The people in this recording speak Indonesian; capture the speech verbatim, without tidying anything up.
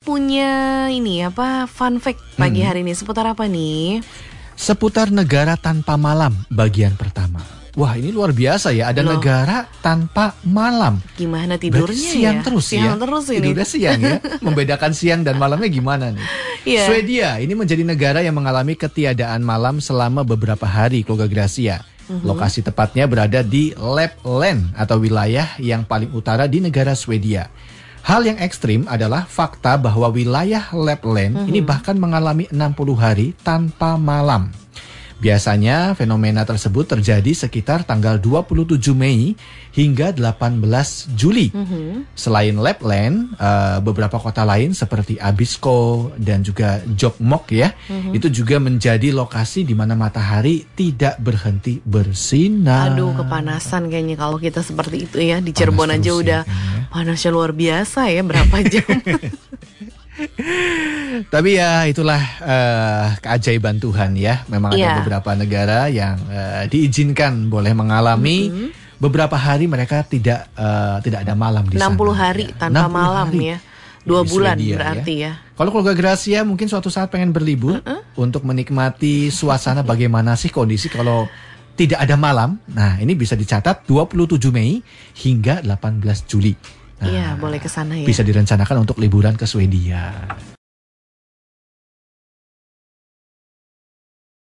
punya ini apa fun fact pagi Hmm. hari ini seputar apa nih? Seputar negara tanpa malam bagian pertama. Wah, ini luar biasa ya, ada Loh. negara tanpa malam. Gimana tidurnya Berarti siang ya? terus siang ya. terus ini. Tidurnya siang ya. Membedakan siang dan malamnya gimana nih? Iya. Swedia ini menjadi negara yang mengalami ketiadaan malam selama beberapa hari, keluarga Gracia. Mhm. Lokasi tepatnya berada di Lapland atau wilayah yang paling utara di negara Swedia. Hal yang ekstrim adalah fakta bahwa wilayah Lapland ini bahkan mengalami enam puluh hari tanpa malam. Biasanya fenomena tersebut terjadi sekitar tanggal dua puluh tujuh Mei hingga delapan belas Juli. Selain Lapland, uh, beberapa kota lain seperti Abisko dan juga Jokkmokk ya, itu juga menjadi lokasi di mana matahari tidak berhenti bersinar. Aduh, kepanasan kayaknya kalau kita seperti itu ya. Di Cirebon Panas aja terus udah ya, kayaknya. panasnya luar biasa ya, berapa jam. Tapi ya itulah uh, keajaiban Tuhan ya. Memang Iya. ada beberapa negara yang uh, diizinkan boleh mengalami beberapa hari mereka tidak uh, tidak ada malam di sana. enam puluh hari ya. tanpa enam puluh malam hari ya. Dua di bulan Swedia, berarti ya. Kalau keluarga Gracia mungkin suatu saat pengen berlibur untuk menikmati suasana bagaimana sih kondisi kalau tidak ada malam. Nah, ini bisa dicatat dua puluh tujuh Mei hingga delapan belas Juli. Nah, Iya, boleh ke sana ya. bisa direncanakan untuk liburan ke Swedia.